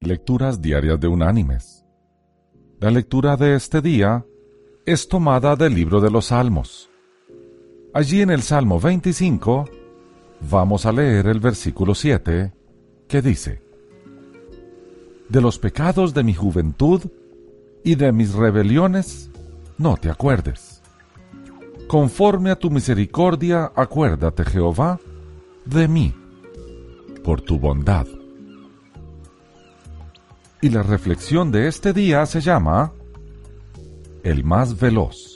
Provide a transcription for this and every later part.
Lecturas diarias de Unánimes. La lectura de este día es tomada del libro de los Salmos. Allí en el Salmo 25 vamos a leer el versículo 7, que dice: De los pecados de mi juventud y de mis rebeliones no te acuerdes. Conforme a tu misericordia, acuérdate, Jehová, de mí, por tu bondad. Y la reflexión de este día se llama El más veloz.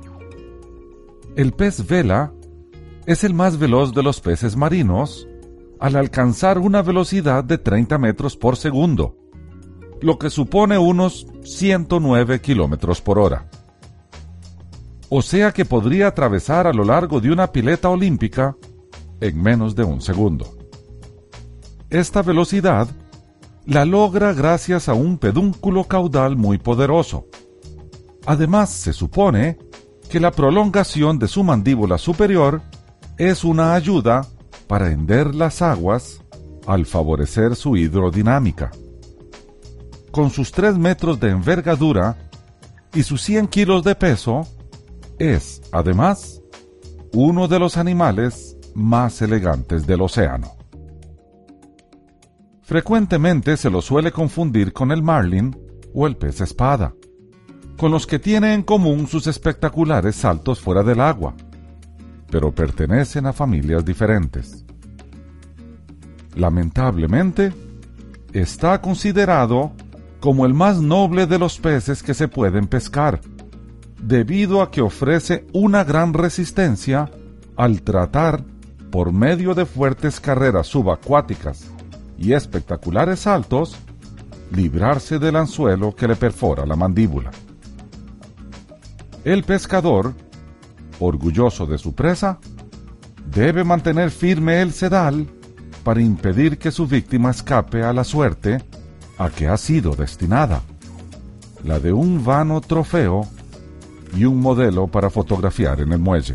El pez vela es el más veloz de los peces marinos al alcanzar una velocidad de 30 metros por segundo, lo que supone unos 109 kilómetros por hora. O sea que podría atravesar a lo largo de una pileta olímpica en menos de un segundo. Esta velocidad la logra gracias a un pedúnculo caudal muy poderoso. Además, se supone que la prolongación de su mandíbula superior es una ayuda para hender las aguas al favorecer su hidrodinámica. Con sus 3 metros de envergadura y sus 100 kilos de peso, es, además, uno de los animales más elegantes del océano. Frecuentemente se lo suele confundir con el marlin o el pez espada, con los que tiene en común sus espectaculares saltos fuera del agua, pero pertenecen a familias diferentes. Lamentablemente, está considerado como el más noble de los peces que se pueden pescar, debido a que ofrece una gran resistencia al tratar, por medio de fuertes carreras subacuáticas y espectaculares saltos, librarse del anzuelo que le perfora la mandíbula. El pescador, orgulloso de su presa, debe mantener firme el sedal para impedir que su víctima escape a la suerte a que ha sido destinada, la de un vano trofeo y un modelo para fotografiar en el muelle.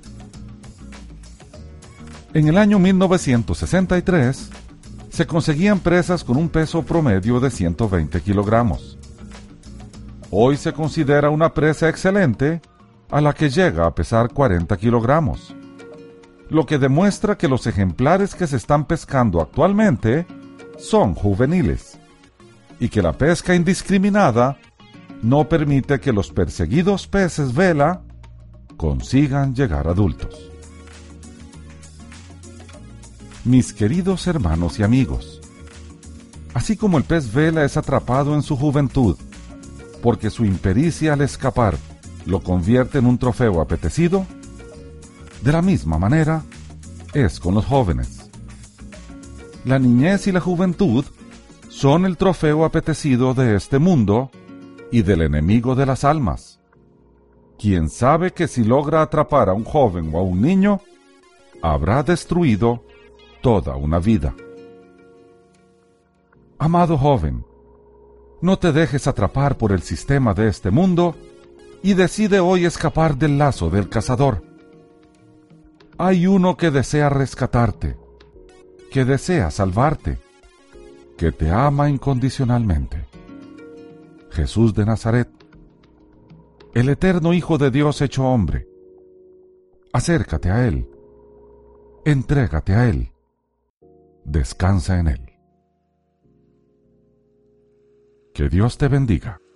En el año 1963, se conseguían presas con un peso promedio de 120 kilogramos. Hoy se considera una presa excelente a la que llega a pesar 40 kilogramos, lo que demuestra que los ejemplares que se están pescando actualmente son juveniles y que la pesca indiscriminada no permite que los perseguidos peces vela consigan llegar adultos. Mis queridos hermanos y amigos, así como el pez vela es atrapado en su juventud, porque su impericia al escapar lo convierte en un trofeo apetecido, de la misma manera es con los jóvenes. La niñez y la juventud son el trofeo apetecido de este mundo y del enemigo de las almas, quien sabe que si logra atrapar a un joven o a un niño, habrá destruido toda una vida. Amado joven, no te dejes atrapar por el sistema de este mundo y decide hoy escapar del lazo del cazador. Hay uno que desea rescatarte, que desea salvarte, que te ama incondicionalmente. Jesús de Nazaret, el eterno Hijo de Dios hecho hombre. Acércate a Él, entrégate a Él, descansa en Él. Que Dios te bendiga.